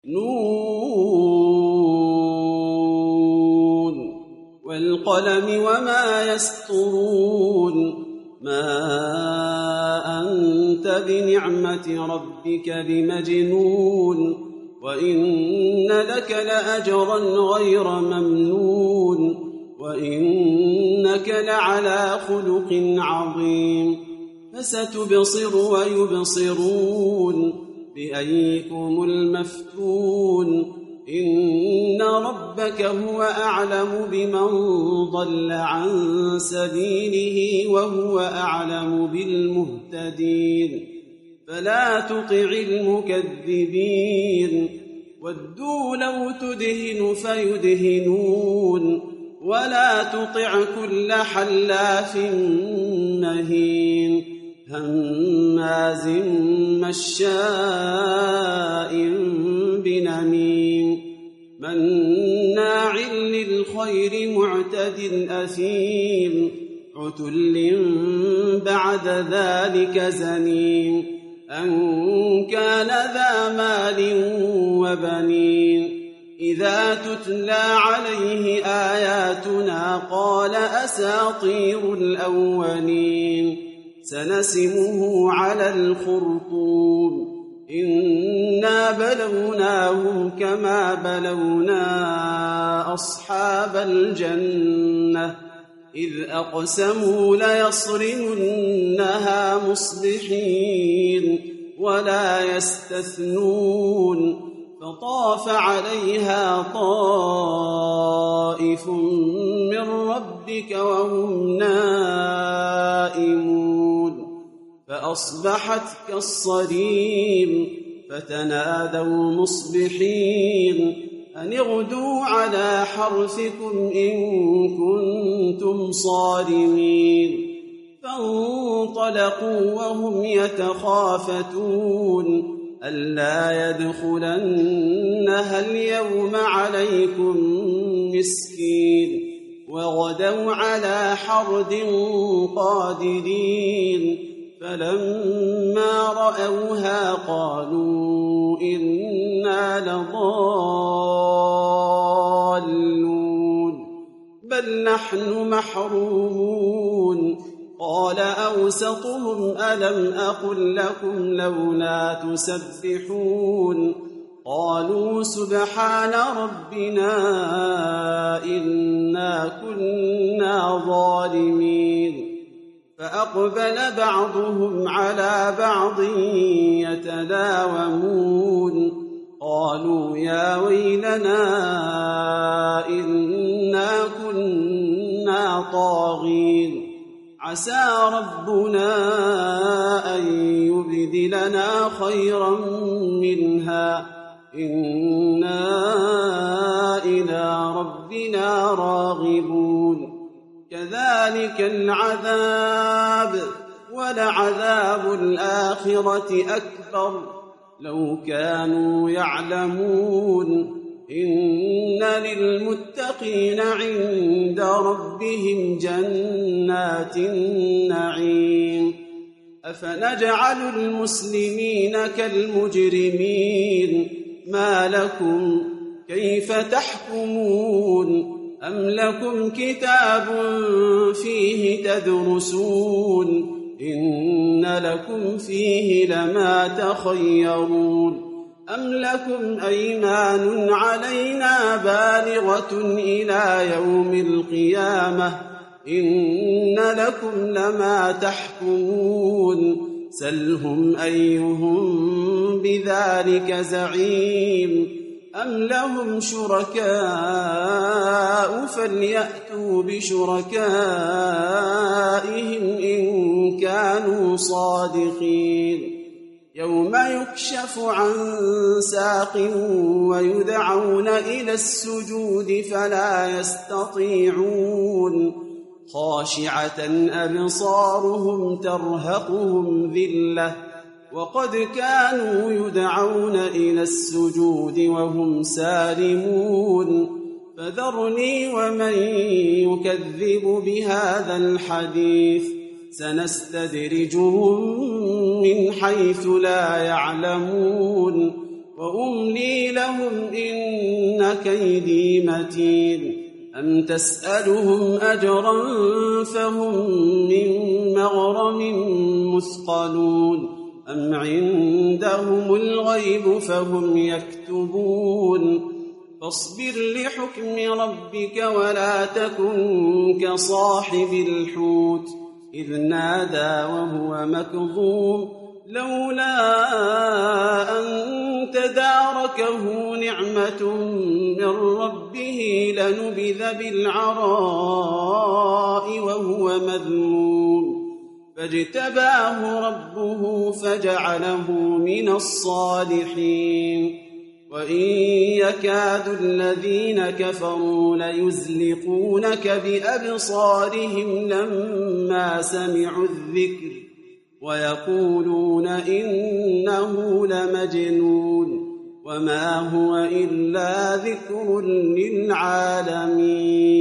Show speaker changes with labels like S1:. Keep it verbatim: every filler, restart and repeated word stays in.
S1: نون والقلم وما يسطرون ما أنت بنعمة ربك بمجنون وإن لك لأجرا غير ممنون وإنك لعلى خلق عظيم فستبصر ويبصرون بأيكم المفتون إن ربك هو أعلم بمن ضل عن سبيله وهو أعلم بالمهتدين فلا تطع المكذبين ودوا لو تدهن فيدهنون ولا تطع كل حلاف مهين هماز مشاء بنميم مناع للخير معتد أثيم عتل بعد ذلك زنيم أن كان ذا مال وبنين إذا تتلى عليه آياتنا قال أساطير الأولين سنسمه على الخرطوم إنا بلوناهم كما بلونا أصحاب الجنة إذ أقسموا ليصرمنها مصبحين ولا يستثنون فطاف عليها طائف من ربك وهم نائمون فأصبحت كالصريم فتنادوا مصبحين أن اغدوا على حرثكم إن كنتم صارمين فانطلقوا وهم يتخافتون ألا يدخلنها اليوم عليكم مسكين وغدوا على حرد قادرين فلما رأوها قالوا إنا لضالون بل نحن محرومون قال أوسطهم ألم أقل لكم لولا تسبحون قالوا سبحان ربنا إنا كنا ظالمين فأقبل بعضهم على بعض يتلاومون قالوا يا ويلنا إنا كنا طاغين عسى ربنا أن يبدلنا خيرا منها إنا إلى ربنا راغبون كذلك العذاب ولعذاب الآخرة أكبر لو كانوا يعلمون إن للمتقين عند ربهم جنات النعيم أفنجعل المسلمين كالمجرمين ما لكم كيف تحكمون أم لكم كتاب فيه تدرسون إن لكم فيه لما تخيرون أم لكم أيمان علينا بالغة إلى يوم القيامة إن لكم لما تحكمون سلهم أيهم بذلك زعيم أم لهم شركاء فليأتوا بشركائهم إن كانوا صادقين يوم يكشف عن ساق ويدعون إلى السجود فلا يستطيعون خاشعة أبصارهم ترهقهم ذلة وقد كانوا يدعون إلى السجود وهم سالمون فذرني ومن يكذب بهذا الحديث سنستدرجهم من حيث لا يعلمون وأملي لهم إن كيدي متين أم تسألهم أجرا فهم من مغرم مثقلون أم عندهم الغيب فهم يكتبون فاصبر لحكم ربك ولا تكن كصاحب الحوت إذ نادى وهو مكظوم لولا أن تداركه نعمة من ربه لنبذ بالعراء وهو مذموم فاجتباه ربه فجعله من الصالحين وإن يكاد الذين كفروا ليزلقونك بأبصارهم لما سمعوا الذكر ويقولون إنه لمجنون وما هو إلا ذكر للعالمين.